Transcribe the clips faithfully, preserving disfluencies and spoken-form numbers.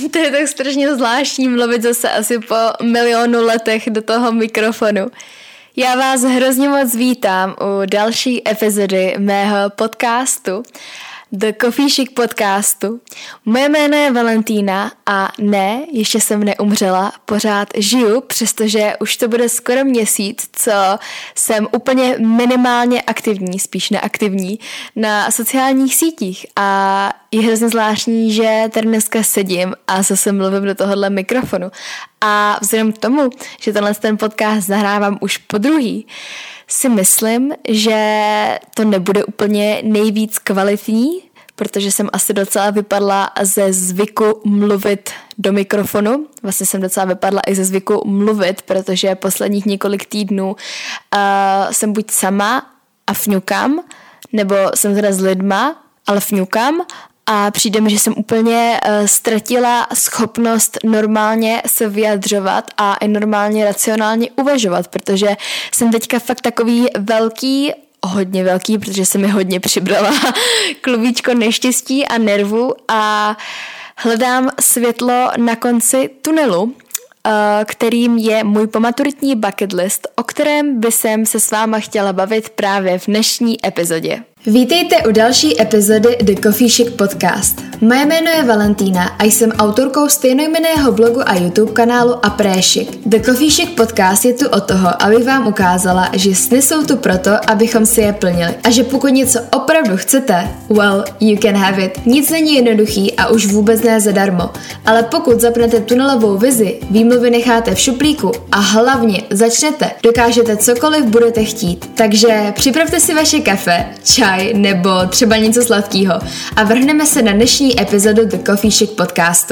To je tak strašně zvláštní mluvit zase asi po milionu letech do toho mikrofonu. Já vás hrozně moc vítám u další epizody mého podcastu, The Coffee Chic podcastu. Moje jméno je Valentína a ne, ještě jsem neumřela, pořád žiju, přestože už to bude skoro měsíc, co jsem úplně minimálně aktivní, spíš neaktivní, na sociálních sítích a je hrozně zvláštní, že tady dneska sedím a zase mluvím do tohohle mikrofonu. A vzhledem k tomu, že tenhle ten podcast nahrávám už po druhý, si myslím, že to nebude úplně nejvíc kvalitní, protože jsem asi docela vypadla ze zvyku mluvit do mikrofonu. Vlastně jsem docela vypadla i ze zvyku mluvit, protože posledních několik týdnů uh, jsem buď sama a fňukám, nebo jsem teda s lidma, ale fňukám. A přijde mi, že jsem úplně uh, ztratila schopnost normálně se vyjadřovat a i normálně racionálně uvažovat, protože jsem teďka fakt takový velký, hodně velký, protože se mi hodně přibrala klubíčko neštěstí a nervu a hledám světlo na konci tunelu, uh, kterým je můj pomaturitní bucket list, o kterém by jsem se s váma chtěla bavit právě v dnešní epizodě. Vítejte u další epizody The Coffee Chic Podcast. Moje jméno je Valentína a jsem autorkou stejnojmenného blogu a YouTube kanálu Apré Chic. The Coffee Chic Podcast je tu od toho, abych vám ukázala, že sny jsou tu proto, abychom si je plnili. A že pokud něco opravdu chcete, well, you can have it. Nic není jednoduchý a už vůbec ne zadarmo. Ale pokud zapnete tunelovou vizi, výmluvy necháte v šuplíku a hlavně začnete, dokážete cokoliv budete chtít. Takže připravte si vaše kafe, čaj nebo třeba něco sladkého a vrhneme se na dnešní epizodu The Coffee Chic podcastu.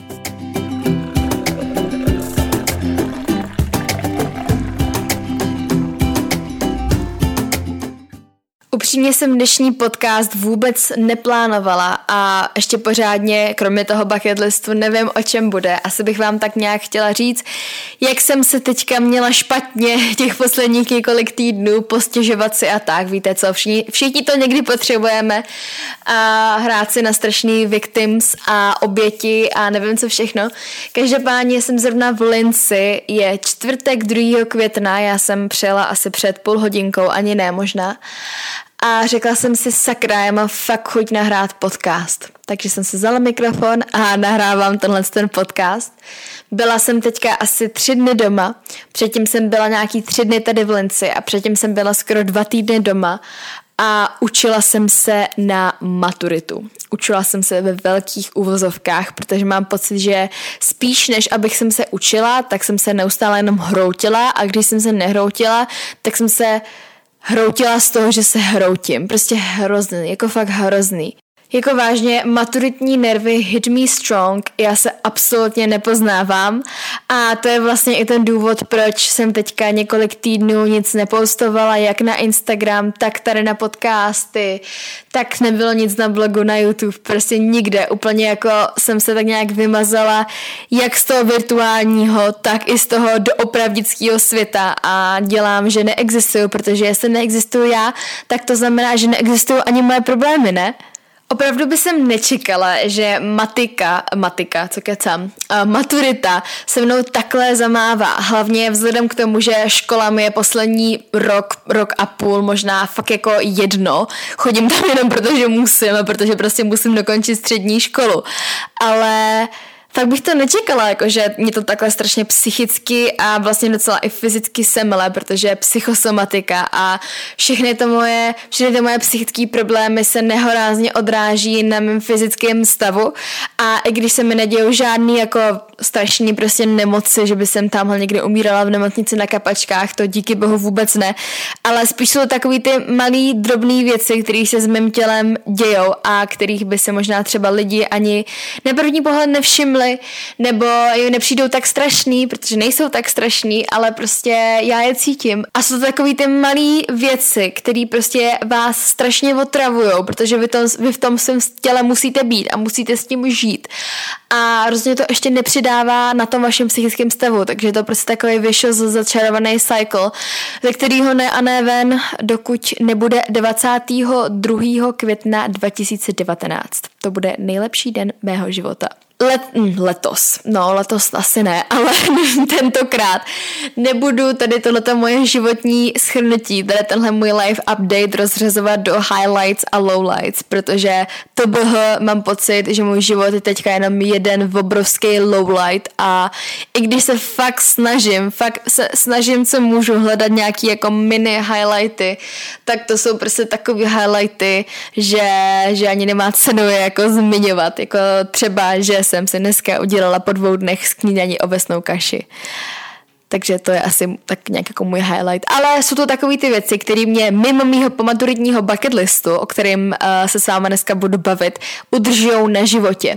Upřímně jsem dnešní podcast vůbec neplánovala a ještě pořádně, kromě toho bucket listu, nevím, o čem bude. Asi bych vám tak nějak chtěla říct, jak jsem se teďka měla špatně těch posledních několik týdnů, postěžovat si a tak, víte co, všichni, všichni to někdy potřebujeme a hrát si na strašný victims a oběti a nevím co všechno. Každopádně jsem zrovna v Linci, je čtvrtek druhého května, já jsem přijela asi před půl hodinkou, ani ne možná. A řekla jsem si, sakra, já mám fakt chuť nahrát podcast. Takže jsem si vzala mikrofon a nahrávám tenhle ten podcast. Byla jsem teďka asi tři dny doma, předtím jsem byla nějaký tři dny tady v Linci a předtím jsem byla skoro dva týdny doma a učila jsem se na maturitu. Učila jsem se ve velkých uvozovkách, protože mám pocit, že spíš než abych jsem se učila, tak jsem se neustále jenom hroutila a když jsem se nehroutila, tak jsem se hroutila z toho, že se hroutím. Prostě hrozný, jako fakt hrozný. Jako vážně, maturitní nervy hit me strong, já se absolutně nepoznávám a to je vlastně i ten důvod, proč jsem teďka několik týdnů nic nepostovala, jak na Instagram, tak tady na podcasty, tak nebylo nic na blogu, na YouTube, prostě nikde, úplně jako jsem se tak nějak vymazala, jak z toho virtuálního, tak i z toho doopravdického světa a dělám, že neexistuju, protože jestli neexistuju já, tak to znamená, že neexistují ani moje problémy, ne? Opravdu by jsem nečekala, že matika, matika, co kecám, uh, maturita se mnou takhle zamává. Hlavně vzhledem k tomu, že škola mi je poslední rok, rok a půl, možná fakt jako jedno. Chodím tam jenom protože musím, protože prostě musím dokončit střední školu. Ale tak bych to nečekala, jakože mě to takhle strašně psychicky a vlastně docela i fyzicky semele, protože psychosomatika a všechny to moje, všechny ty moje psychické problémy se nehorázně odráží na mém fyzickém stavu a i když se mi nedějou žádný jako strašný prostě nemoci, že by jsem tamhle někde umírala v nemocnici na kapačkách, to díky bohu vůbec ne, ale spíš jsou takový ty malý drobný věci, které se s mým tělem dějou a kterých by se možná třeba lidi ani na první pohled nevšimli nebo jim nepřijdou tak strašný, protože nejsou tak strašný, ale prostě já je cítím. A jsou to takový ty malý věci, které prostě vás strašně otravujou, protože vy, to, vy v tom svém těle musíte být a musíte s tím žít. A rozhodně to ještě nepřidává na tom vašem psychickém stavu, takže je to prostě takový vicious začarovaný cycle, ze kterého ne a ne ven, dokud nebude dvacátého druhého května dva tisíce devatenáct. to bude nejlepší den mého života. Let, letos, no letos asi ne, ale tentokrát nebudu tady tohleto moje životní shrnutí, tady tenhle můj life update rozřazovat do highlights a lowlights, protože to bych mám pocit, že můj život je teďka jenom jeden obrovský lowlight a i když se fakt snažím, fakt se snažím, co můžu hledat nějaký jako mini highlighty, tak to jsou prostě takový highlighty, že, že ani nemá cenu je jako zmiňovat, jako třeba, že jsem si dneska udělala po dvou dnech snídaní ovesnou kaši. Takže to je asi tak nějak jako můj highlight. Ale jsou to takové ty věci, které mě mimo mýho pomaturitního bucket listu, o kterém uh, se s váma dneska budu bavit, udržujou na životě.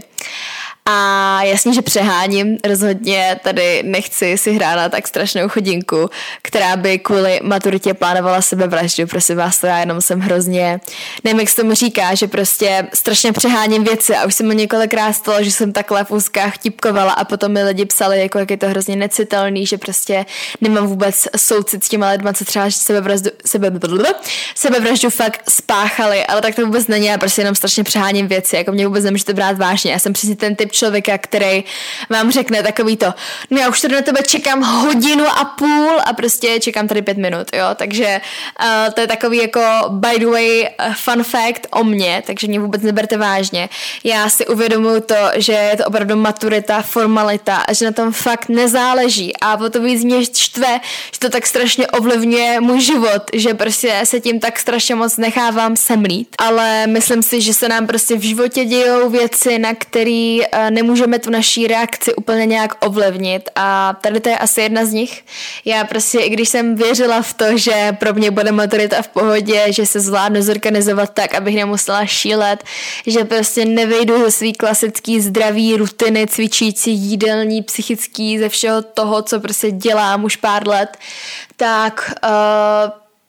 A jasně, že přeháním, rozhodně tady nechci si hrát na tak strašnou chodinku, která by kvůli maturitě plánovala sebevraždu, prosím vás, to já jenom jsem hrozně, nevím, jak se tomu říká, že prostě strašně přeháním věci a už se mi několikrát stalo, že jsem takhle v úzkách tipkovala a potom mi lidi psali, jako jak je to hrozně necitelný, že prostě nemám vůbec soucit s těma lidma, co třeba sebevraždu, sebe, sebevraždu fakt spáchali, ale tak to vůbec není, já prostě jenom strašně přeháním věci, jako mě vůbec nemůžete brát vážně, já jsem přesně ten typ člověka, který vám řekne takový to, no já už tady na tebe čekám hodinu a půl a prostě čekám tady pět minut, jo, takže uh, to je takový jako by the way uh, fun fact o mně, takže mě vůbec neberte vážně. Já si uvědomuji to, že je to opravdu maturita, formalita a že na tom fakt nezáleží a o to víc mě štve, že to tak strašně ovlivňuje můj život, že prostě se tím tak strašně moc nechávám semlít, ale myslím si, že se nám prostě v životě dějou věci, na který uh, nemůžeme tu naší reakci úplně nějak ovlivnit a tady to je asi jedna z nich. Já prostě, i když jsem věřila v to, že pro mě bude maturita v pohodě, že se zvládnu zorganizovat tak, abych nemusela šílet, že prostě nevejdu ze svý klasický zdravý rutiny, cvičící, jídelní, psychický, ze všeho toho, co prostě dělám už pár let, tak uh,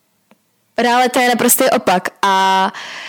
realita je naprostý opak a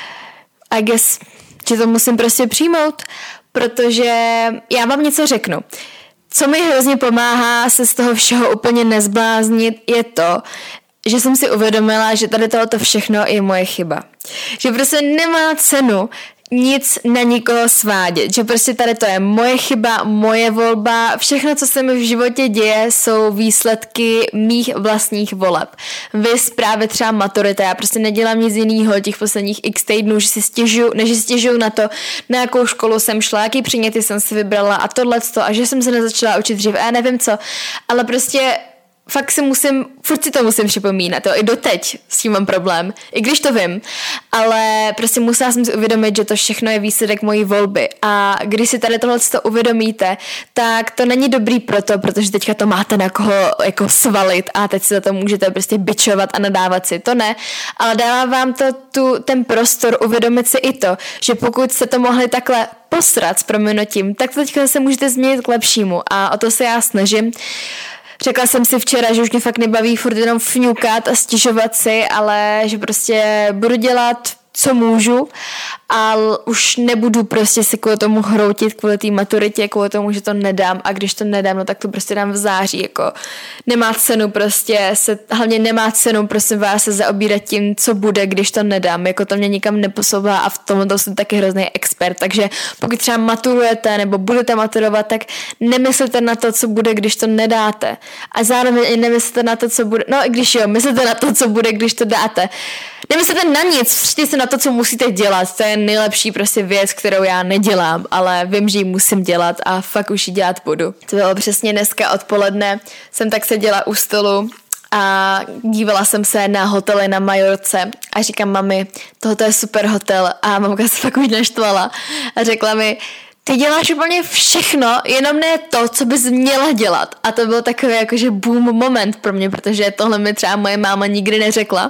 I guess, že to musím prostě přijmout, protože já vám něco řeknu. Co mi hrozně pomáhá se z toho všeho úplně nezbláznit, je to, že jsem si uvědomila, že tady tohoto všechno je moje chyba. Že prostě nemá cenu nic na nikoho svádět, že prostě tady to je moje chyba, moje volba, všechno, co se mi v životě děje, jsou výsledky mých vlastních voleb. Vys právě třeba maturita, já prostě nedělám nic jiného těch posledních x týdnů, že si stěžuju, než si stěžuju na to, na jakou školu jsem šla, jaký předměty jsem si vybrala a tohleto a že jsem se nezačala učit dřív, a já nevím co, ale prostě fakt si musím, furt si to musím připomínat, jo, i doteď s tím mám problém, i když to vím, ale prostě musela jsem si uvědomit, že to všechno je výsledek mojí volby a když si tady tohle to uvědomíte, tak to není dobrý proto, protože teďka to máte na koho jako svalit a teď si za to můžete prostě bičovat a nadávat si, to ne, ale dává vám to tu, ten prostor uvědomit si i to, že pokud jste to mohli takhle posrat s prominutím, tak to teďka se můžete změnit k lepšímu a o to se já snažím. Řekla jsem si včera, že už mě fakt nebaví furt jenom fňukat a stěžovat si, ale že prostě budu dělat, co můžu a už nebudu prostě si kvůli tomu hroutit, kvůli té maturitě, kvůli tomu, že to nedám a když to nedám, no tak to prostě dám v září, jako nemá cenu prostě se, hlavně nemá cenu prosím vás se zaobírat tím, co bude, když to nedám, jako to mě nikam neposouvá a v tom to jsem taky hrozný expert, takže pokud třeba maturujete nebo budete maturovat, tak nemyslete na to, co bude, když to nedáte a zároveň nemyslete na to, co bude, no i když jo, myslete na to, co bude, když to dáte. Nemyslete na nic, vřiďte se na to, co musíte dělat, to je nejlepší prostě věc, kterou já nedělám, ale vím, že ji musím dělat a fakt už ji dělat budu. To bylo přesně dneska odpoledne, jsem tak seděla u stolu a dívala jsem se na hotely na Majorce a říkám mami, tohoto je super hotel a mamka se fakt už naštvala a řekla mi, ty děláš úplně všechno, jenom ne to, co bys měla dělat. A to byl takový jakože boom moment pro mě, protože tohle mi třeba moje máma nikdy neřekla.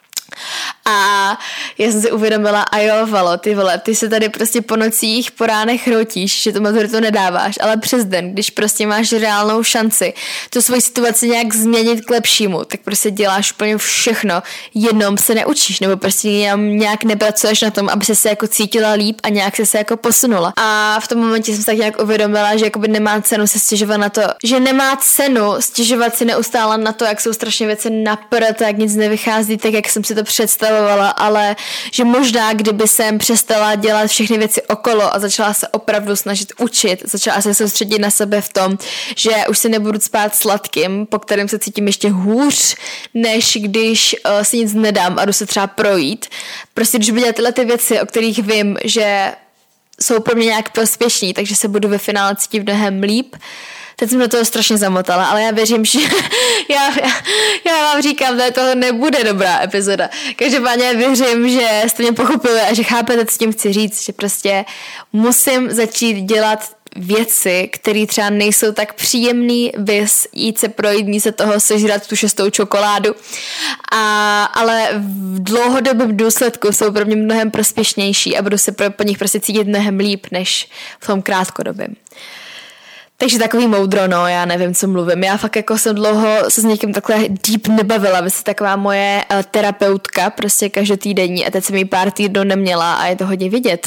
A já jsem si uvědomila, a jo, Valo, ty vole, ty se tady prostě po nocích, po ránech hroutíš, že to maturitu nedáváš, ale přes den, když prostě máš reálnou šanci tu svoji situaci nějak změnit k lepšímu, tak prostě děláš úplně všechno, jenom se neučíš, nebo prostě nějak nepracuješ na tom, aby se jako cítila líp a nějak se se jako posunula. A v tom momentě jsem se tak nějak uvědomila, že jakoby nemá cenu se stěžovat na to, že nemá cenu stěžovat si neustále na to, jak jsou strašně věci na prd, jak nic nevychází tak, jak jsem si to představovala, ale že možná kdyby jsem přestala dělat všechny věci okolo a začala se opravdu snažit učit, začala se soustředit na sebe v tom, že už se nebudu spát sladkým, po kterém se cítím ještě hůř, než když uh, si nic nedám a jdu se třeba projít. Prostě když budu dělat tyhle ty věci, o kterých vím, že jsou pro mě nějak prospěšní, takže se budu ve finále cítit mnohem líp. Teď jsem do toho strašně zamotala, ale já věřím, že já, já, já vám říkám, že to nebude dobrá epizoda. Každopádně věřím, že jste mě pochopili a že chápete, co tím chci říct, že prostě musím začít dělat věci, které třeba nejsou tak příjemný, vys jít se projít, mít se toho sežrat tu šestou čokoládu, a, ale v dlouhodobém důsledku jsou pro mě mnohem prospěšnější a budu se pro, po nich prostě cítit mnohem líp, než v tom krátkodobém. Takže takový moudro, no, já nevím, co mluvím. Já fakt jako jsem dlouho se s někým takhle deep nebavila, vy jste taková moje uh, terapeutka, prostě každotýdenní, a teď jsem jí pár týdnů neměla a je to hodně vidět.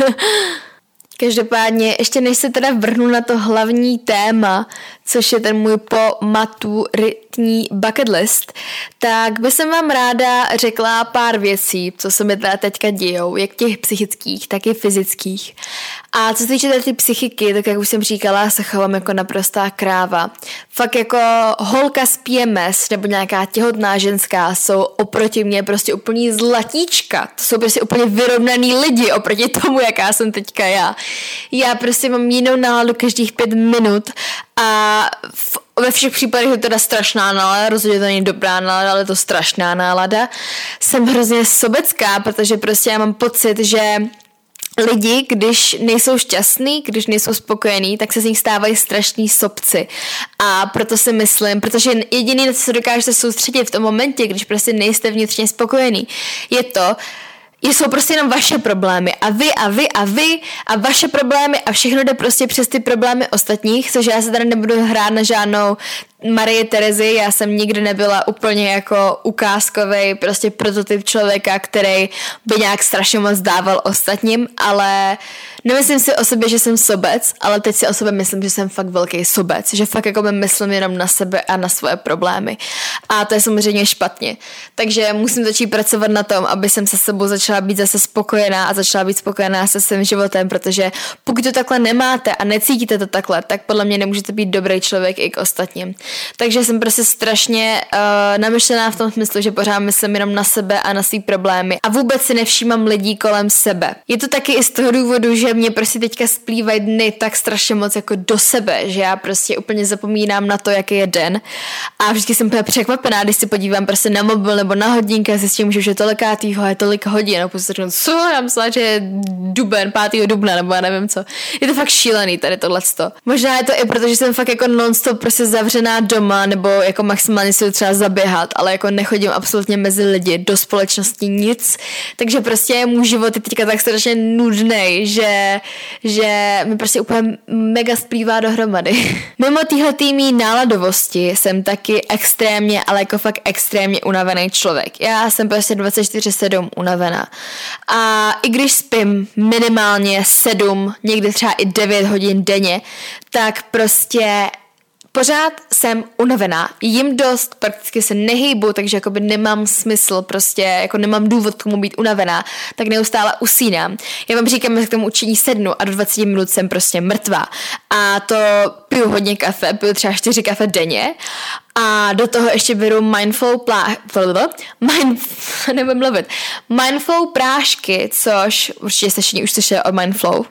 Každopádně, ještě než se teda vrhnu na to hlavní téma, což je ten můj pomaturitní bucket list, tak bych jsem vám ráda řekla pár věcí, co se mi teda teďka dějou, jak těch psychických, tak i fyzických. A co se týče té psychiky, tak jak už jsem říkala, se chovám jako naprostá kráva. Fakt jako holka z P M S nebo nějaká těhotná ženská jsou oproti mě prostě úplný zlatíčka. To jsou prostě úplně vyrovnaný lidi oproti tomu, jaká jsem teďka já. Já prostě mám jinou náladu každých pět minut a v, ve všech případech je to teda strašná nálada, rozhodně to není dobrá nálada, ale je to strašná nálada. Jsem hrozně sobecká, protože prostě já mám pocit, že lidi, když nejsou šťastní, když nejsou spokojení, tak se z nich stávají strašní sobci. A proto si myslím, protože jediný, na co se dokážete soustředit v tom momentě, když prostě nejste vnitřně spokojení, je to, jsou prostě jenom vaše problémy a vy a vy a vy a vaše problémy a všechno jde prostě přes ty problémy ostatních, což já se tady nebudu hrát na žádnou Marie Terezy, já jsem nikdy nebyla úplně jako ukázkovej prostě prototyp člověka, který by nějak strašně moc dával ostatním, ale nemyslím si o sobě, že jsem sobec, ale teď si o sobě myslím, že jsem fakt velký sobec, že fakt jako by myslím jenom na sebe a na svoje problémy. A to je samozřejmě špatně. Takže musím začít pracovat na tom, aby jsem se sebou začala být zase spokojená a začala být spokojená se svým životem, protože pokud to takhle nemáte a necítíte to takhle, tak podle mě nemůžete být dobrý člověk i k ostatním. Takže jsem prostě strašně uh, namyšlená v tom smyslu, že pořád myslím jenom na sebe a na svý problémy a vůbec si nevšímám lidí kolem sebe. Je to taky i z toho důvodu, že mě prostě teďka splývají dny tak strašně moc jako do sebe, že já prostě úplně zapomínám na to, jaký je den a vždycky jsem překvapená, když si podívám prostě na mobil nebo na hodinky a zjistím, že už je tolikátýho a je tolik hodin a prostě řeknu, co, já myslím, že je duben, pátého dubna nebo já nevím co. Je to fakt šílený tady tohleto. Možná je to i proto, že jsem fakt jako non-stop prostě zavřená doma, nebo jako maximálně si třeba zaběhat, ale jako nechodím absolutně mezi lidi, do společnosti nic, takže prostě můj život je teďka tak strašně nudnej, že, že mi prostě úplně mega splývá dohromady. Mimo téhletý mý náladovosti jsem taky extrémně, ale jako fakt extrémně unavený člověk. Já jsem prostě dvacet čtyři sedm unavená. A i když spím minimálně sedm, někdy třeba i devět hodin denně, tak prostě pořád jsem unavená, jím dost, prakticky se nehýbu, takže jakoby nemám smysl, prostě jako nemám důvod k tomu být unavená, tak neustále usínám. Já vám říkám, že k tomu učení sednu a do dvacet minut jsem prostě mrtvá. A to piju hodně kafe, piju třeba čtyři kafe denně a do toho ještě beru mindful plá... Mind... nebudem mluvit. Mindful prášky, což určitě jste všichni už slyšeli o Mindflow.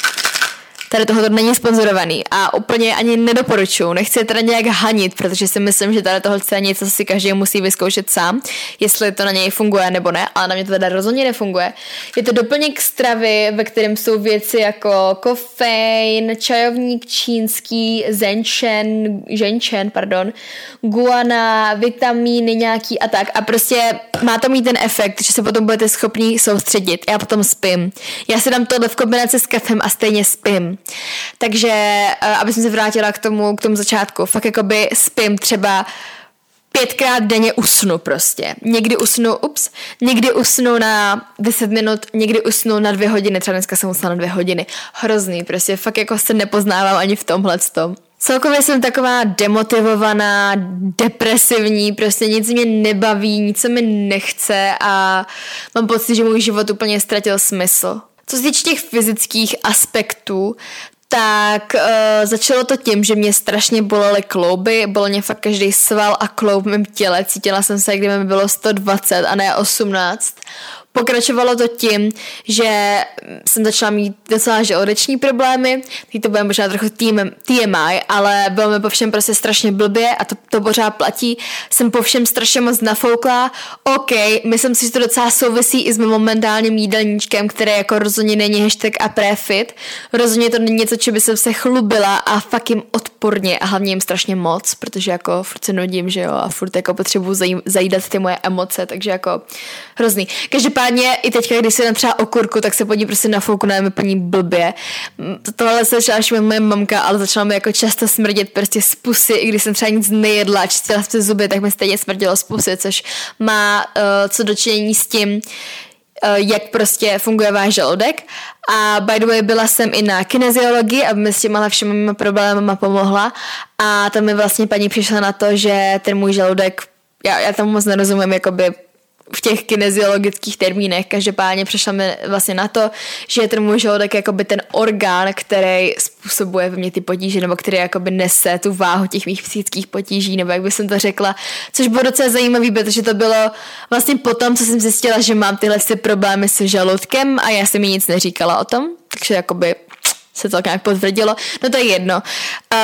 Tady tohoto není sponzorovaný a úplně ani nedoporučuji. Nechci teda nějak hanit, protože si myslím, že tady tohle je něco, co si každý musí vyzkoušet sám, jestli to na něj funguje nebo ne, ale na mě to teda rozhodně nefunguje. Je to doplněk stravy, ve kterém jsou věci jako kofein, čajovník čínský, zenchen, ženchen, pardon, guana, vitamíny nějaký a tak. A prostě má to mít ten efekt, že se potom budete schopni soustředit. Já potom spím. Já si dám tohle v kombinaci s kafem a stejně spím. Takže, aby jsem se vrátila k tomu, k tomu začátku, fakt jakoby spím třeba pětkrát denně usnu prostě. Někdy usnu, ups, někdy usnu na deset minut, někdy usnu na dvě hodiny, třeba dneska jsem usnula na dvě hodiny. Hrozný, prostě fakt jako se nepoznávám ani v tomhletom. Celkově jsem taková demotivovaná, depresivní, prostě nic mě nebaví, nic se mi nechce a mám pocit, že můj život úplně ztratil smysl. Co se týče těch fyzických aspektů, tak uh, začalo to tím, že mě strašně bolely klouby, bolel mě fakt každý sval a kloub v mém těle, cítila jsem se, kdyby mi bylo sto dvacet a ne osmnáct. Pokračovalo to tím, že jsem začala mít docela žaludeční problémy, teď to bude možná trochu T M I, ale bylo mi po všem prostě strašně blbě a to, to pořád platí. Jsem po všem strašně moc nafouklá. OK, myslím si, že to docela souvisí i s mým momentálním jídelníčkem, který jako rozhodně není hashtag a prefit. Rozhodně to není něco, čo by jsem se chlubila a fakt jim odporně a hlavně jim strašně moc, protože jako furt se nudím, že jo, a furt jako potřebuji zajídat ty moje emoce, takže jako hrozný. Každopádně i teďka, když si dám třeba okurku, tak se pod ní prostě nafouknu, mi plní blbě. Tohle se začala všimnout moje mamka, ale začala mi jako často smrdět prostě z pusy, i když jsem třeba nic nejedla, čistila se zuby, tak mi stejně smrdělo z pusy, což má uh, co dočinění s tím, jak prostě funguje váš žaludek. A by the way, byla jsem i na kineziologii, aby mi s těma všemi problémama pomohla a tam mi vlastně paní přišla na to, že ten můj žaludek, já, já tam moc nerozumím jakoby v těch kineziologických termínech, každopádně přišla mi vlastně na to, že ten můj žaludek je jakoby ten orgán, který způsobuje ve mně ty potíže, nebo který jakoby nese tu váhu těch mých psychických potíží, nebo jak bych jsem to řekla, což bylo docela zajímavý, protože to bylo vlastně potom, co jsem zjistila, že mám tyhle problémy se žaludkem a já jsem mi nic neříkala o tom, takže jakoby se to nějak potvrdilo, no to je jedno. Uh,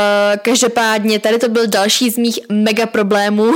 každopádně tady to byl další z mých mega problémů.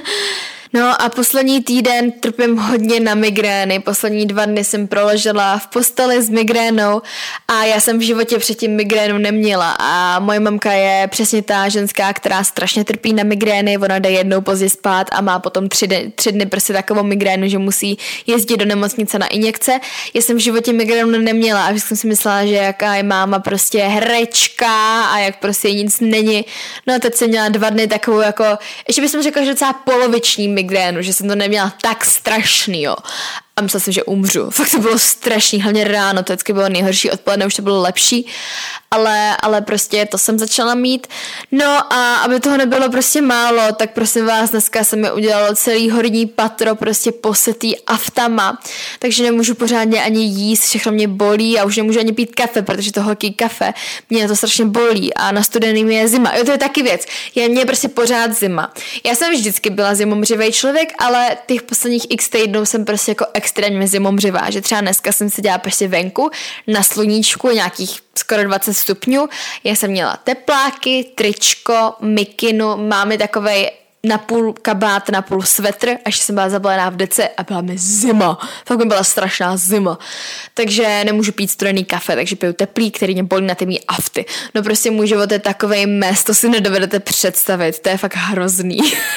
No a poslední týden trpím hodně na migrény. Poslední dva dny jsem proležela v posteli s migrénou a já jsem v životě předtím migrénu neměla a moje mamka je přesně ta ženská, která strašně trpí na migrény, ona jde jednou pozdě spát a má potom tři dny, tři dny prostě takovou migrénu, že musí jezdit do nemocnice na injekce. Já jsem v životě migrénu neměla a vždycky jsem si myslela, že jaká je máma prostě herečka a jak prostě nic není. No a teď jsem měla dva dny takovou jako, ještě bych řekla, že docela poloviční migrénu, že jsem to neměla tak strašný, jo. A myslela jsem, že umřu. Fakt to bylo strašný, hlavně ráno, to vždycky bylo nejhorší, odpoledne už to bylo lepší, ale, ale prostě to jsem začala mít. No a aby toho nebylo prostě málo, tak prosím vás, dneska se mi udělalo celý horní patro prostě posetý aftama, takže nemůžu pořádně ani jíst, všechno mě bolí a už nemůžu ani pít kafe, protože to horký kafe mě to strašně bolí a na studeným je zima. Jo, to je taky věc. Je mě prostě pořád zima. Já jsem vždycky byla zimomřivej člověk, ale těch posledních x týdnů jsem prostě jako extrémně zimomřivá, že třeba dneska jsem seděla prostě venku na sluníčku nějakých skoro dvacet stupňů. Já jsem měla tepláky, tričko, mikinu, máme takovej napůl kabát, napůl svetr, až jsem byla zabalená v dece a byla mi zima. Fakt mi byla strašná zima. Takže nemůžu pít studený kafe, takže piju teplý, který mě bolí na ty mý afty. No prostě můj život je takovej mes, to si nedovedete představit, to je fakt hrozný.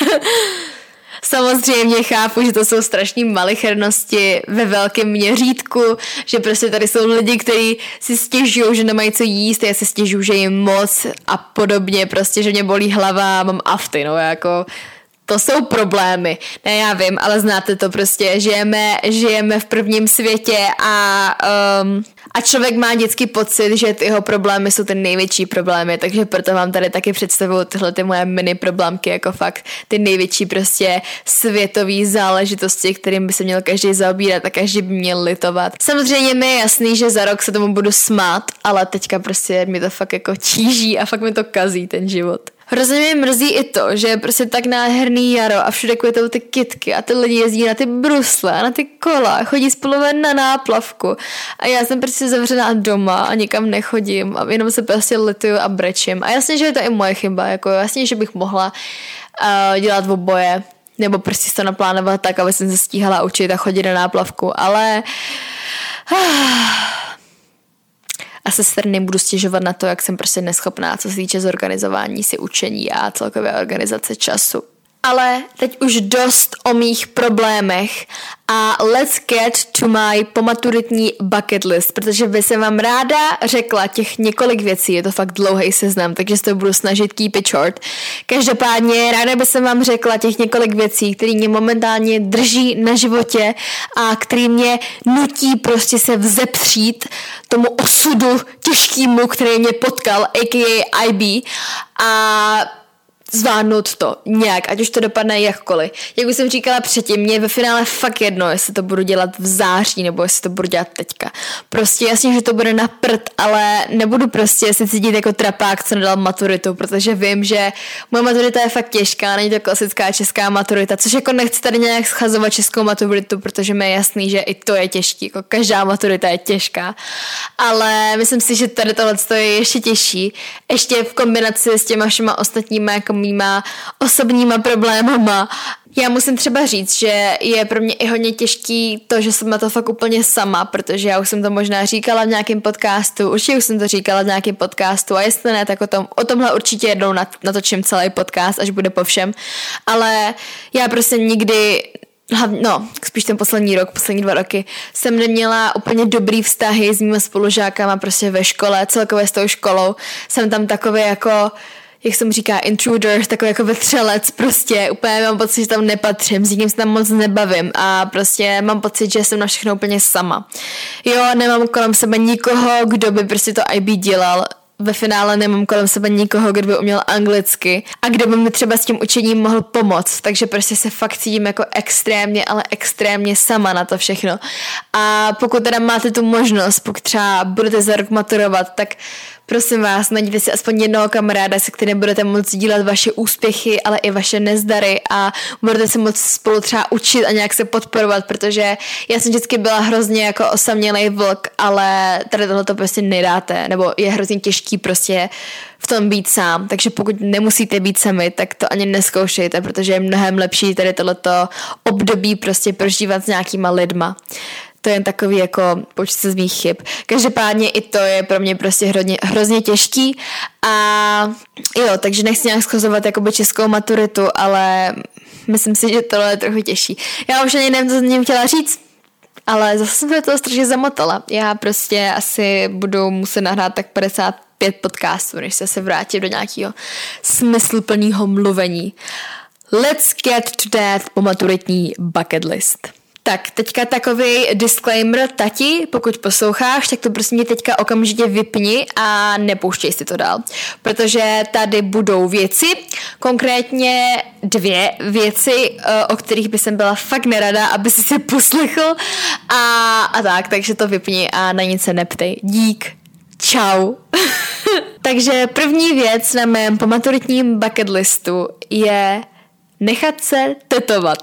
Samozřejmě chápu, že to jsou strašné malichernosti ve velkém měřítku, že prostě tady jsou lidi, kteří si stěžují, že nemají co jíst, já si stěžuju, že jim moc a podobně, prostě, že mě bolí hlava, mám afty, no jako to jsou problémy. Ne, já vím, ale znáte to prostě, žijeme, žijeme v prvním světě a um, a člověk má vždycky pocit, že ty jeho problémy jsou ty největší problémy, takže proto vám tady taky představuju tyhle ty moje mini problémky jako fakt ty největší prostě světové záležitosti, kterým by se měl každý zaobírat a každý by měl litovat. Samozřejmě mi je jasný, že za rok se tomu budu smát, ale teďka prostě mi to fakt jako tíží a fakt mi to kazí ten život. Hrozně mě mrzí i to, že je prostě tak nádherný jaro a všude květou ty kytky a ty lidi jezdí na ty brusle a na ty kola, chodí spolu ven na náplavku a já jsem prostě zavřená doma a nikam nechodím a jenom se prostě lituju a brečím. A jasně, že je to i moje chyba, jako jasně, že bych mohla uh, dělat oboje nebo prostě to naplánovat tak, aby jsem se stíhala učit a chodit na náplavku, ale uh, a se strany budu stěžovat na to, jak jsem prostě neschopná, co se týče zorganizování si učení a celkové organizace času. Ale teď už dost o mých problémech a let's get to my pomaturitní bucket list, protože by jsem vám ráda řekla těch několik věcí, je to fakt dlouhý seznam, takže se to budu snažit keep it short. Každopádně ráda by jsem vám řekla těch několik věcí, které mě momentálně drží na životě a které mě nutí prostě se vzepřít tomu osudu těžkýmu, který mě potkal, a k a. I B a zvládnout to nějak, ať už to dopadne jakkoliv. Jak už jsem říkala předtím, mě je ve finále fakt jedno, jestli to budu dělat v září, nebo jestli to budu dělat teďka. Prostě jasně, že to bude na prd, ale nebudu prostě se cítit jako trapák, co nedal maturitu, protože vím, že moje maturita je fakt těžká, není to klasická česká maturita, což jako nechci tady nějak schazovat českou maturitu, protože mi je jasný, že i to je těžký, jako každá maturita je těžká. Ale myslím si, že tady tohle je ještě těžší, ještě v kombinaci s těma všema ostatníma jako mýma osobníma problémama. Já musím třeba říct, že je pro mě i hodně těžký to, že jsem na to fakt úplně sama, protože já už jsem to možná říkala v nějakém podcastu, určitě už jsem to říkala v nějakém podcastu a jestli ne, tak o, tom, o tomhle určitě jednou natočím celý podcast, až bude po všem. Ale já prostě nikdy no, spíš ten poslední rok, poslední dva roky, jsem neměla úplně dobrý vztahy s mými spolužákama prostě ve škole, celkově s tou školou. Jsem tam takový jako jak se mu říká, intruder, takový jako vetřelec prostě, úplně mám pocit, že tam nepatřím, s nikým se tam moc nebavím a prostě mám pocit, že jsem na všechno úplně sama. Jo, nemám kolem sebe nikoho, kdo by prostě to I B dělal, ve finále nemám kolem sebe nikoho, kdo by uměl anglicky a kdo by mi třeba s tím učením mohl pomoct, takže prostě se fakt cítím jako extrémně, ale extrémně sama na to všechno. A pokud teda máte tu možnost, pokud třeba budete za rok maturovat, tak prosím vás, najděte si aspoň jednoho kamaráda, se kterým budete moct dílet vaše úspěchy, ale i vaše nezdary a budete se moct spolu třeba učit a nějak se podporovat, protože já jsem vždycky byla hrozně jako osamělej vlk, ale tady tohle to prostě nedáte, nebo je hrozně těžký prostě v tom být sám, takže pokud nemusíte být sami, tak to ani neskoušejte, protože je mnohem lepší tady tohleto období prostě prožívat s nějakýma lidma. To je jen takový jako počít se z mých chyb. Každopádně i to je pro mě prostě hrozně, hrozně těžký a jo, takže nechci nějak schozovat jakoby českou maturitu, ale myslím si, že tohle je trochu těžší. Já už ani nevím, co jsem tím chtěla říct, ale zase jsem se toho strašně zamotala. Já prostě asi budu muset nahrát tak padesát pět podcastů, než se se vrátím do nějakého smysluplného mluvení. Let's get to that pomaturitní bucket list. Tak, teďka takový disclaimer, tati, pokud posloucháš, tak to prostě mě teďka okamžitě vypni a nepouštěj si to dál, protože tady budou věci, konkrétně dvě věci, o kterých by jsem byla fakt nerada, aby si se poslechl a, a tak, takže to vypni a na nic se neptej. Dík. Čau. Takže první věc na mém pomaturitním bucket listu je nechat se tetovat.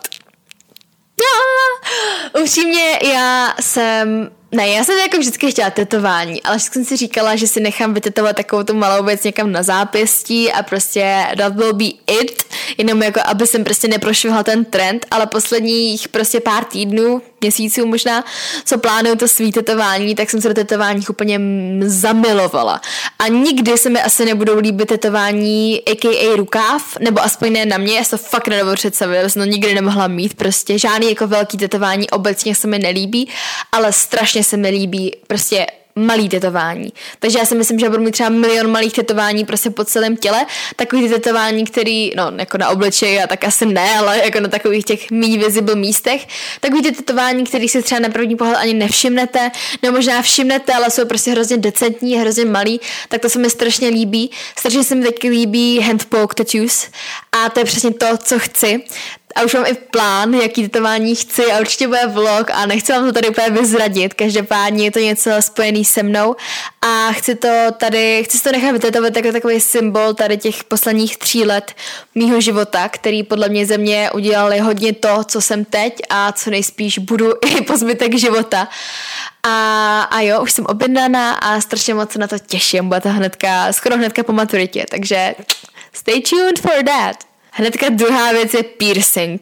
Upřímně, já jsem, ne, já jsem jako vždycky chtěla tetování, ale vždycky jsem si říkala, že si nechám vytetovat takovou tu malou věc někam na zápěstí a prostě that will be it, jenom jako aby jsem prostě neprošvihala ten trend, ale posledních prostě pár týdnů, měsíců možná, co plánuju to svý tetování, tak jsem se do tetování úplně zamilovala. A nikdy se mi asi nebudou líbit tetování a k a rukáv, nebo aspoň ne na mě, já se to fakt nedovedu představit, já jsem to nikdy nemohla mít, prostě žádný jako velký tetování obecně se mi nelíbí, ale strašně se mi líbí prostě malý tetování. Takže já si myslím, že budu mít třeba milion malých tetování prostě po celém těle. Takový tetování, který, no jako na obličeji a tak asi ne, ale jako na takových těch méně visible místech. Takový tetování, který si třeba na první pohled ani nevšimnete, nebo možná všimnete, ale jsou prostě hrozně decentní, hrozně malý, tak to se mi strašně líbí. Strašně se mi taky líbí handpoke tattoos a to je přesně to, co chci. A už mám i plán, jaký tetování chci a určitě bude vlog a nechci vám to tady úplně vyzradit, každopádně je to něco spojený se mnou a chci to tady, chci si to nechat vytetovat jako takový symbol tady těch posledních tří let mýho života, který podle mě ze mě udělali hodně to, co jsem teď a co nejspíš budu i po zbytek života. A, a jo, už jsem objednaná a strašně moc se na to těším, bude to hnedka, skoro hnedka po maturitě, takže stay tuned for that. Hnedka druhá věc je piercing.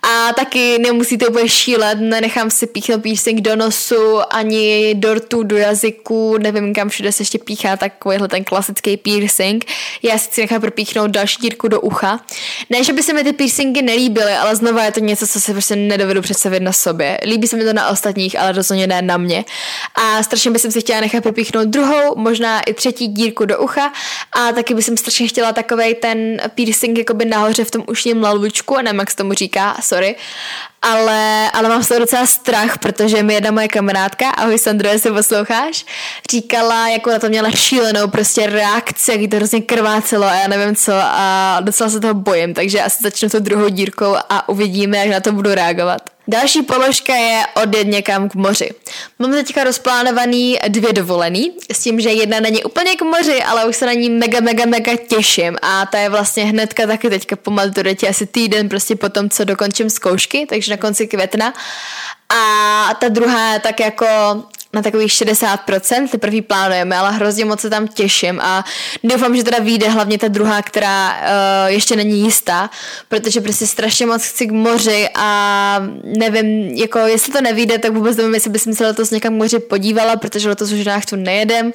A taky nemusíte úplně šílet, nenechám si píchnout piercing do nosu, ani do rtu, do jazyku, nevím kam všude se ještě píchá takovýhle ten klasický piercing. Já si chci nechat propíchnout další dírku do ucha. Ne, že by se mi ty piercingy nelíbily, ale znova je to něco, co si prostě nedovedu představit na sobě. Líbí se mi to na ostatních, ale rozhodně ne na mě. A strašně bych si chtěla nechat propíchnout druhou, možná i třetí dírku do ucha a taky bych strašně chtěla takovej ten piercing jakoby nahoře v tom ušním lalvučku, nevím, jak se tomu říká, sorry. Ale, ale mám z toho docela strach, protože mi jedna moje kamarádka, ahoj Sandro, jestli posloucháš, říkala, jako na to měla šílenou prostě reakci, jak jí to hrozně krvácelo a já nevím co a docela se toho bojím, takže asi začnu tou druhou dírkou a uvidíme, jak na to budu reagovat. Další položka je odjet někam k moři. Mám teďka rozplánovaný dvě dovolený, s tím, že jedna není úplně k moři, ale už se na ní mega, mega, mega těším a ta je vlastně hnedka taky teďka po maturitě, asi týden prostě po tom, co dokončím zkoušky, takže na konci května. A ta druhá je tak jako na takových šedesát procent, teprve plánujeme, ale hrozně moc se tam těším a doufám, že teda vyjde hlavně ta druhá, která uh, ještě není jistá, protože prostě strašně moc chci k moři a nevím, jako jestli to nevyjde, tak vůbec nevím, jestli bych se letos někam k moři podívala, protože letos už na tu nejedem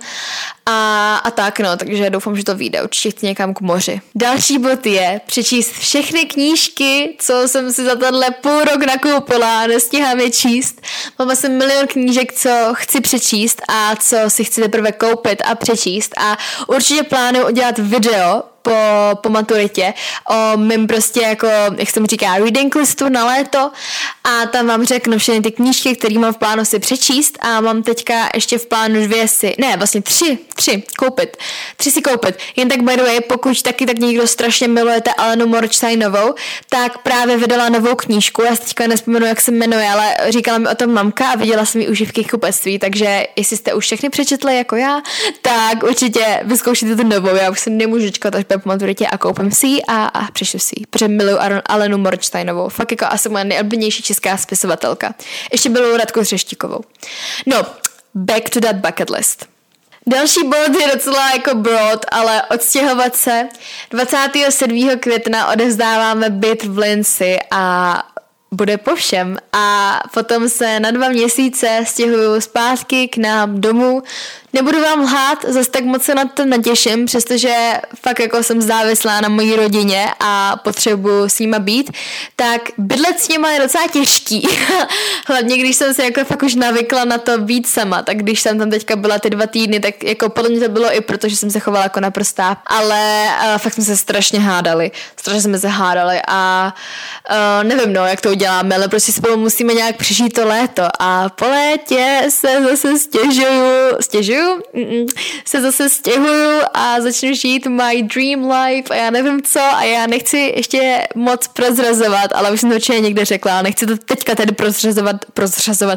a, a tak no, takže doufám, že to vyjde, určitě chci někam k moři. Další bod je přečíst všechny knížky, co jsem si za tenhle půl rok nakoupila a nestíhám je číst. Mám asi milion knížek, co chci přečíst a co si chci teprve koupit a přečíst a určitě plánuju udělat video po, po maturitě o mým prostě jako, jak se mu říká, reading listu na léto a tam vám řeknu všechny ty knížky, které mám v plánu si přečíst a mám teďka ještě v plánu dvě si, ne, vlastně tři, tři koupit, tři si koupit. Jen tak by the way, pokud taky tak někdo strašně milujete Alenu Morčtajnovou, tak právě vydala novou knížku, já si teďka nespomenu, jak se jmenuje, ale říkala mi o tom mamka a viděla jsem ji uživky v kupectví, takže jestli jste už všechny přečetli jako já, tak určitě vyzkoušíte tu novou, já už se nemůžu čekat až po maturitě a koupím si ji a, a přečtu si ji, protože miluji Alenu Morčtajnovou, fakt jako asi moje nejoblíbenější česká spisovatelka. Ještě miluji Radku Třeštíkovou. No, back to that bucket list. Další bod je docela jako broad, ale odstěhovat se. dvacátého sedmého května odevzdáváme byt v Linci a bude po všem a potom se na dva měsíce stěhuju zpátky k nám domů. Nebudu vám lhát, zase tak moc se na to natěším, přestože fakt jako jsem závislá na mojí rodině a potřebuji s nima být, tak bydlet s nima je docela těžký. Hlavně když jsem se jako fakt už navykla na to být sama, tak když jsem tam teďka byla ty dva týdny, tak jako podle mě to bylo i proto, že jsem se chovala jako naprostá, ale uh, fakt jsme se strašně hádali, strašně jsme se hádali a uh, nevím no, jak to uděláme, ale prostě spolu musíme nějak přežít to léto a po létě se zase stěžuju, stěžuju Mm-mm. se zase stěhuju a začnu žít my dream life a já nevím co a já nechci ještě moc prozrazovat, ale už jsem to určitě někde řekla, ale nechci to teďka tady prozrazovat, prozrazovat,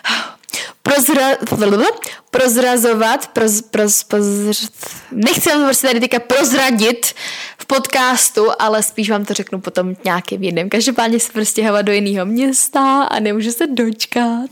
prozra, prozrazovat, proz, proz, proz, nechci vám to prostě tady teďka prozradit v podcastu, ale spíš vám to řeknu potom nějakým jiným. Každopádně se prostě hava do jiného města a nemůžu se dočkat.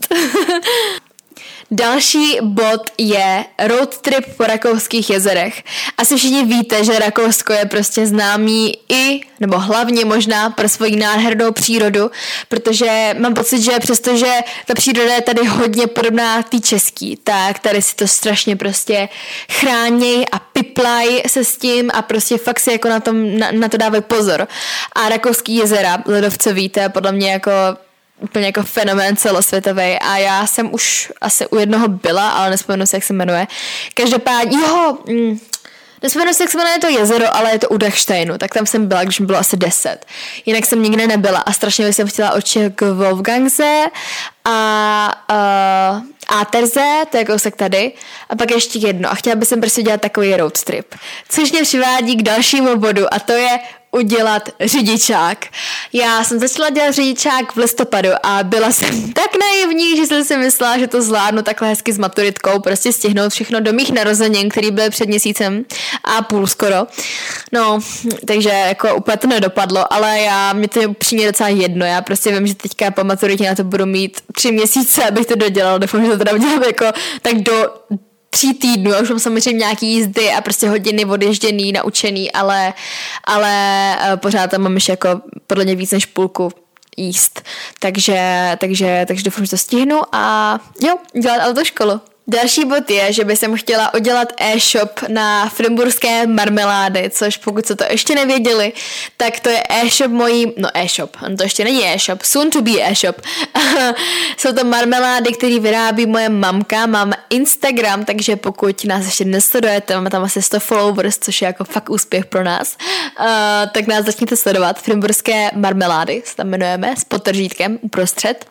Další bod je road trip po rakouských jezerech. Asi všichni víte, že Rakousko je prostě známý i, nebo hlavně možná pro svoji nádhernou přírodu, protože mám pocit, že přestože ta příroda je tady hodně podobná té český, tak tady si to strašně prostě chrání a piplaj se s tím a prostě fakt si jako na, tom, na, na to dávají pozor. A rakouský jezera, ledovce víte, podle mě jako úplně jako fenomén celosvětový a já jsem už asi u jednoho byla, ale nespomenu si, jak se jmenuje. Každopádně, jo, mm, nespomenu si, jak se jmenuje to jezero, ale je to u Dachsteinu, tak tam jsem byla, když mi bylo asi deset. Jinak jsem nikde nebyla a strašně jsem chtěla určitě k Wolfgangse a uh, Aterze, to je kousek tady, a pak ještě jedno a chtěla bych jsem prostě dělat takový road trip. Což mě přivádí k dalšímu bodu a to je udělat řidičák. Já jsem začala dělat řidičák v listopadu a byla jsem tak naivní, že jsem si myslela, že to zvládnu takhle hezky s maturitkou, prostě stihnout všechno do mých narozenin, který byly před měsícem a půl skoro. No, takže jako úplně to nedopadlo, ale já, mě to je upřímně docela jedno, já prostě vím, že teďka po maturitě na to budu mít tři měsíce, abych to dodělal, doufám, že to teda udělám jako tak do tří týdnů, a už mám samozřejmě nějaký jízdy a prostě hodiny odježděný, naučený, ale, ale pořád tam mám ještě jako podle mě víc než půlku jíst. Takže, takže, takže doufám, že to stihnu a jo, dělat autoškolu. Další bod je, že bych chtěla udělat e-shop na frimburské marmelády, což pokud se to ještě nevěděli, tak to je e-shop mojí, no e-shop, to ještě není e-shop, soon to be e-shop. Jsou to marmelády, které vyrábí moje mamka, mám Instagram, takže pokud nás ještě nesledujete, máme tam asi sto followers, což je jako fakt úspěch pro nás, uh, tak nás začněte sledovat. Frimburské marmelády se tam jmenujeme, s podtržítkem uprostřed.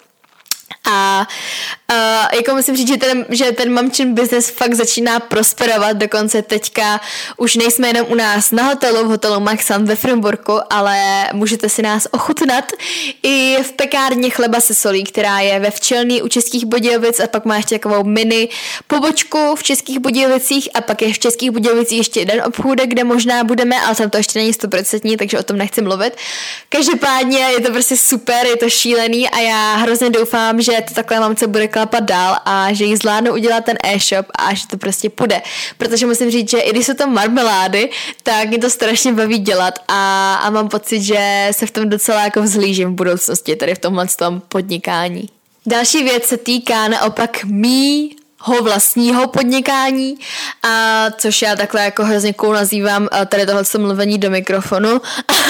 A uh, jako musím říct, že ten, že ten mamčin business fakt začíná prosperovat, dokonce teďka už nejsme jenom u nás na hotelu, v hotelu Maxan ve Frimburku, ale můžete si nás ochutnat i v pekárně Chleba se solí, která je ve Včelný u Českých Budějovic a pak má ještě takovou mini pobočku v Českých Budějovicích a pak je v Českých Budějovicích ještě jeden obchůdek, kde možná budeme, ale tam to ještě není sto procent, takže o tom nechci mluvit. Každopádně je to prostě super, je to šílený a já hrozně doufám, že to takhle mamce bude klapat dál a že jí zvládnu udělat ten e-shop a že to prostě půjde. Protože musím říct, že i když jsou to marmelády, tak mě to strašně baví dělat a, a mám pocit, že se v tom docela jako vzhlížím v budoucnosti, tady v tomhle tom podnikání. Další věc se týká naopak mý ho vlastního podnikání, a což já takhle jako hrozně cool nazývám tady tohle mluvení do mikrofonu.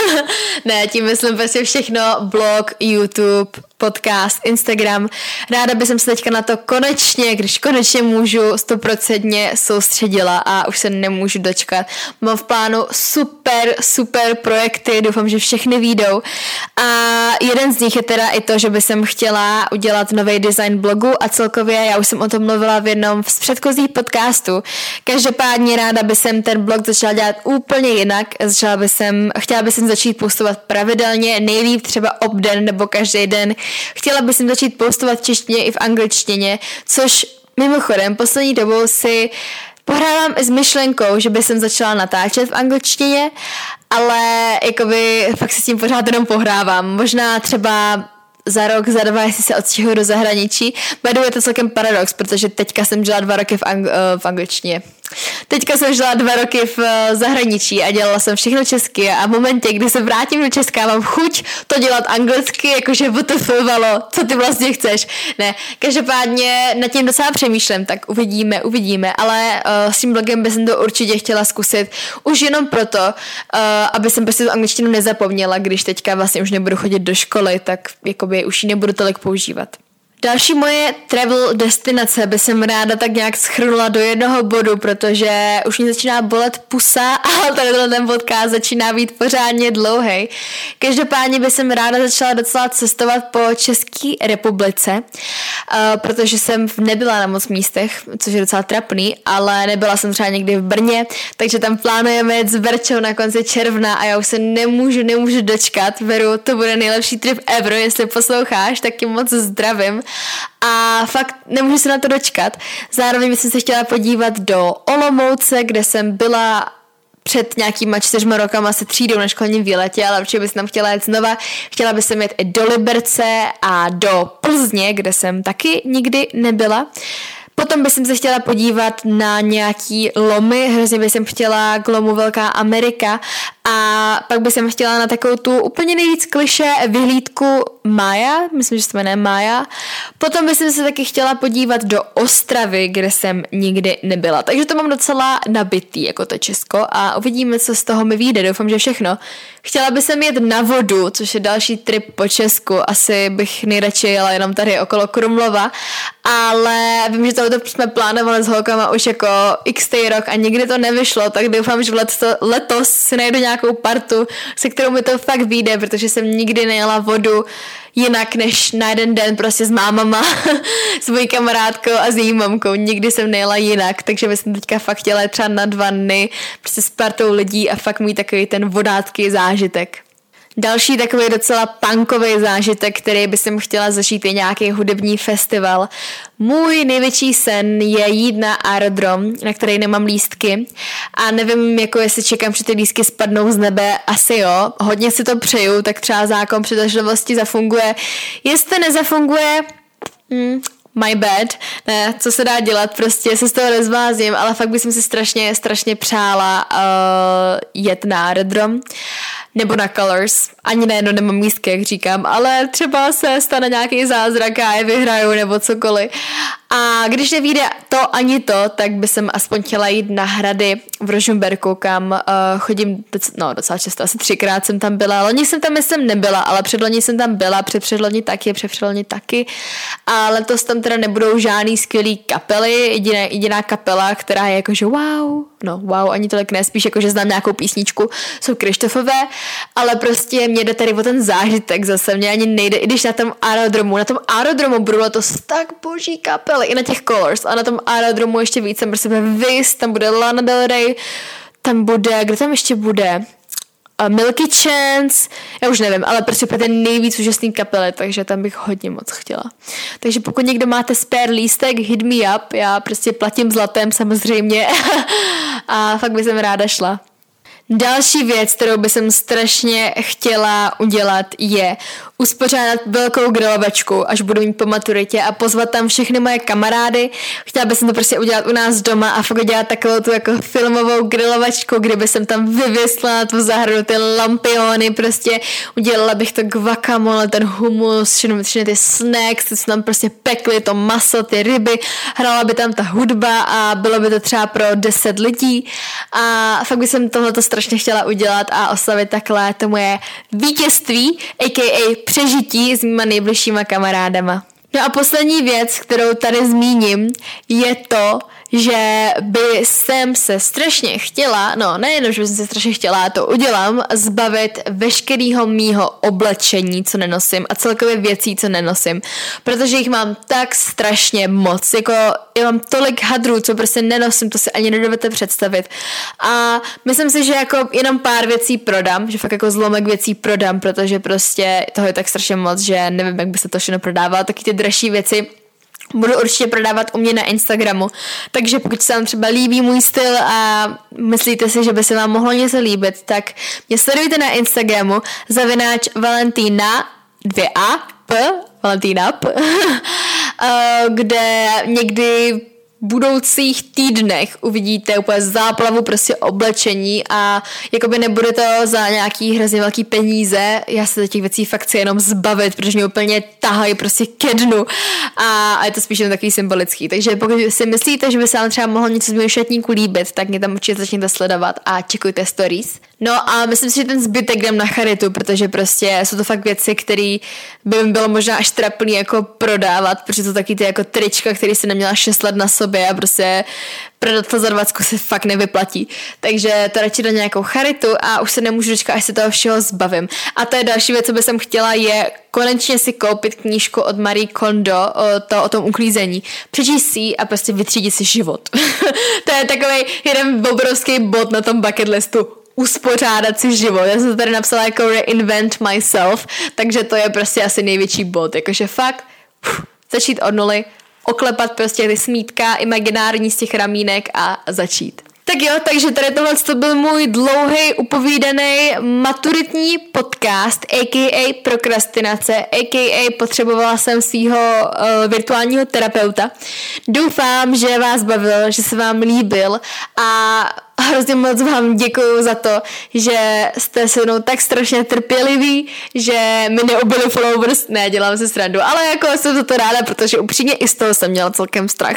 Ne, tím myslím prostě všechno, blog, YouTube, podcast, Instagram. Ráda bych se teďka na to konečně, když konečně můžu stoprocentně soustředila a už se nemůžu dočkat. Mám v plánu super, super projekty, doufám, že všechny vyjdou. A jeden z nich je teda i to, že bych chtěla udělat nový design blogu a celkově, já už jsem o tom mluvila v jednom z předchozích podcastů. Každopádně ráda bych ten blog začala dělat úplně jinak. Začala bych jsem, chtěla bych začít postovat pravidelně, nejlíp třeba obden nebo každý den. Chtěla bych začít postovat v češtině i v angličtině, což mimochodem poslední dobou si pohrávám i s myšlenkou, že bych jsem začala natáčet v angličtině, ale jakoby fakt si s tím pořád jenom pohrávám. Možná třeba za rok, za dva, jestli se odstěhuju do zahraničí. By je to celkem paradox, protože teďka jsem žila dva roky v, ang- v angličtině. Teďka jsem žila dva roky v zahraničí a dělala jsem všechno česky a v momentě, kdy se vrátím do Česka, mám chuť to dělat anglicky, jakože potofovalo, co ty vlastně chceš. Ne, každopádně nad tím docela přemýšlím, tak uvidíme, uvidíme, ale uh, s tím blogem bych to určitě chtěla zkusit, už jenom proto, uh, aby jsem prostě tu angličtinu nezapomněla, když teďka vlastně už nebudu chodit do školy, tak jakoby už ji nebudu tolik používat. Další moje travel destinace by jsem ráda tak nějak schrnula do jednoho bodu, protože už mě začíná bolet pusa a tady ten podcast začíná být pořádně dlouhý. Každopádně by jsem ráda začala docela cestovat po České republice, uh, protože jsem nebyla na moc místech, což je docela trapný, ale nebyla jsem třeba někdy v Brně, takže tam plánujeme jet s Verčou na konci června a já už se nemůžu, nemůžu dočkat. Veru, to bude nejlepší trip ever, jestli posloucháš, tak tě moc zdravím. A fakt nemůžu se na to dočkat. Zároveň jsem se chtěla podívat do Olomouce, kde jsem byla před nějakýma čtyřma rokama se třídou na školním výletě, ale určitě bych tam chtěla jet znova. Chtěla bych jet i do Liberce a do Plzně, kde jsem taky nikdy nebyla. Potom bych se chtěla podívat na nějaký lomy, hrozně bych chtěla k lomu Velká Amerika a pak bych chtěla na takovou tu úplně nejvíc klišé vyhlídku Maja, myslím, že se to jmenuje Maja. Potom bych se taky chtěla podívat do Ostravy, kde jsem nikdy nebyla. Takže to mám docela nabitý, jako to Česko a uvidíme, co z toho mi vyjde. Doufám, že všechno. Chtěla bych jet na vodu, což je další trip po Česku. Asi bych nejradši jela jenom tady okolo Krumlova, ale vím, že tohle jsme plánovali s holkama už jako x rok a nikdy to nevyšlo, tak doufám, že letos, letos si najdu nějakou partu, se kterou mi to fakt vyjde, protože jsem nikdy nejela vodu jinak než na jeden den prostě s mámama, s mojí kamarádkou a s její mamkou. Nikdy jsem nejela jinak, takže bych teďka fakt chtěla třeba na dva dny prostě s partou lidí a fakt mít takový ten vodácký zážitek. Další takový docela punkový zážitek, který by jsem chtěla zažít, je nějaký hudební festival. Můj největší sen je jít na aerodrom, na který nemám lístky a nevím, jako jestli čekám, že ty lístky spadnou z nebe, asi jo. Hodně si to přeju, tak třeba zákon přitažlivosti zafunguje. Jestli nezafunguje, hmm, my bad, ne, co se dá dělat, prostě se z toho rozvázím, ale fakt bych si strašně, strašně přála uh, jet na aerodrom. nebo na Colors. Ani na jedno nemám místky, jak říkám, ale třeba se stane nějaký zázrak a je vyhraju nebo cokoliv. A když nevíde to ani to, tak by jsem aspoň chtěla jít na hrady v Rožmberku, kam uh, chodím doc- no, docela často, asi třikrát jsem tam byla. Loni jsem tam myslím nebyla, ale předloni jsem tam byla, předpředloni taky, předpředloni taky. A letos tam teda nebudou žádný skvělý kapely, jediná, jediná kapela, která je jakože wow, no wow, ani tolik ne, spíš jakože znám nějakou písničku, jsou Krištofové, ale prostě mě jde tady o ten zážitek zase, mě ani nejde, i když na tom aerodromu, na tom aerodromu budou letos tak boží kapely, i na těch Colors, a na tom aerodromu ještě víc, tam prostě bude Wiz, tam bude Lana Del Rey, tam bude, kdo tam ještě bude? Uh, Milky Chance, já už nevím, ale prostě pro ten nejvíc úžasný kapely, takže tam bych hodně moc chtěla. Takže pokud někdo máte spare lístek, hit me up, já prostě platím zlatem samozřejmě a fakt bych jsem ráda šla. Další věc, kterou bych jsem strašně chtěla udělat, je uspořádat velkou grilovačku, až budu mít po maturitě, a pozvat tam všechny moje kamarády. Chtěla bych to prostě udělat u nás doma a fakt udělat takovou tu jako filmovou grilovačku, kde bych jsem tam vyvěsla na tu zahradu ty lampiony, prostě udělala bych to guacamole, ten hummus, všechny, všechny ty snacks, ty se tam prostě pekly, to maso, ty ryby, hrála by tam ta hudba a bylo by to třeba pro deset lidí a fakt bych jsem tohleto strašně chtěla udělat a oslavit takhle to moje vítězství, a ká a přežití s mýma nejbližšíma kamarádama. No a poslední věc, kterou tady zmíním, je to, že by jsem se strašně chtěla, no nejenom, že by jsem se strašně chtěla, já to udělám, zbavit veškerého mýho oblečení, co nenosím, a celkově věcí, co nenosím, protože jich mám tak strašně moc, jako já mám tolik hadrů, co prostě nenosím, to si ani nedovedete představit, a myslím si, že jako jenom pár věcí prodám, že fakt jako zlomek věcí prodám, protože prostě toho je tak strašně moc, že nevím, jak by se to všechno prodávalo, taky ty dražší věci budu určitě prodávat u mě na Instagramu, takže pokud se vám třeba líbí můj styl a myslíte si, že by se vám mohlo něco líbit, tak mě sledujte na Instagramu zavináč Valentína dvě a p Valentína p kde někdy budoucích týdnech uvidíte úplně záplavu prostě oblečení a jakoby nebude to za nějaký hrozně velký peníze, já se těch věcí fakt chci jenom zbavit, protože mě úplně tahají prostě ke dnu a, a je to spíš jen takový symbolický, takže pokud si myslíte, že by se vám třeba mohlo něco z mého šatníku líbit, tak mě tam určitě začněte sledovat a čekujte stories. No a myslím si, že ten zbytek dám na charitu, protože prostě jsou to fakt věci, které by mi bylo možná až trapný jako prodávat, protože to taky ty jako trička, který jsem neměla šest let na sobě a prostě prodat to za dvacku se fakt nevyplatí. Takže to radši do nějakou charitu a už se nemůžu dočkat, až se toho všeho zbavím. A to je další věc, co bych jsem chtěla, je konečně si koupit knížku od Marie Kondo o, to, o tom uklízení. Přečíst si a prostě vytřídit si život. To je takový jeden obrovský bod na tom bucket listu. Uspořádat si život. Já jsem to tady napsala jako reinvent myself, takže to je prostě asi největší bod. Jakože fakt uf, začít od nuly, oklepat prostě ty smítka imaginární z těch ramínek a začít. Tak jo, takže tady tohle to byl můj dlouhý upovídaný maturitní podcast, a ká a prokrastinace, a ká a potřebovala jsem svýho uh, virtuálního terapeuta. Doufám, že vás bavil, že se vám líbil a hrozně moc vám děkuju za to, že jste se mnou tak strašně trpěliví, že mi neubili followers, ne, dělám si srandu, ale jako jsem za to ráda, protože upřímně i z toho jsem měla celkem strach,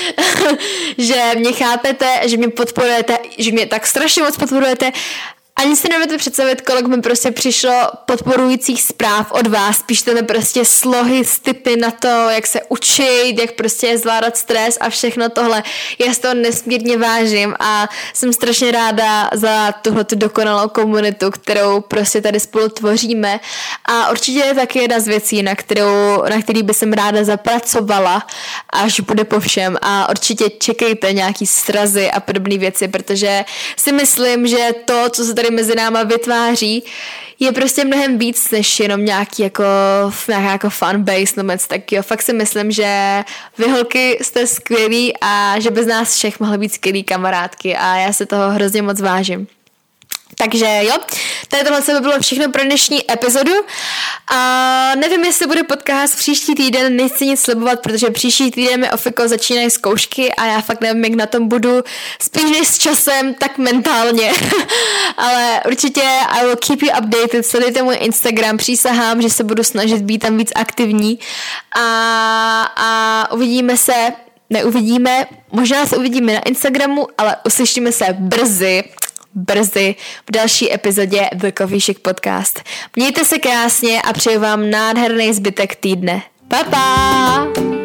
že mě chápete, že mě podporujete, že mě tak strašně moc podporujete. Ani si nevíte představit, kolik mi prostě přišlo podporujících zpráv od vás. Píšte mi prostě slohy, tipy na to, jak se učit, jak prostě zvládat stres a všechno tohle. Já z toho nesmírně vážím a jsem strašně ráda za tuhletu dokonalou komunitu, kterou prostě tady spolu tvoříme. A určitě je taky jedna z věcí, na kterou, na který by jsem ráda zapracovala, až bude po všem. A určitě čekejte nějaký srazy a podobné věci, protože si myslím, že to, co se tady mezi náma vytváří, je prostě mnohem víc než jenom nějaký jako, nějaká jako fanbase nebo něco takyho. Fakt si myslím, že vy holky jste skvělí a že bez nás všech mohly být skvělý kamarádky a já se toho hrozně moc vážím. Takže jo, tady tohle by bylo všechno pro dnešní epizodu a nevím, jestli bude podcast příští týden, nechci nic slibovat, protože příští týden mi ofiko začínají zkoušky a já fakt nevím, jak na tom budu, spíš než s časem, tak mentálně. Ale určitě I will keep you updated, sledujte můj Instagram, přísahám, že se budu snažit být tam víc aktivní a, a uvidíme se, neuvidíme, možná se uvidíme na Instagramu, ale uslyšíme se brzy, brzy v další epizodě The Coffee Chic Podcast. Mějte se krásně a přeju vám nádherný zbytek týdne. Pa, pa!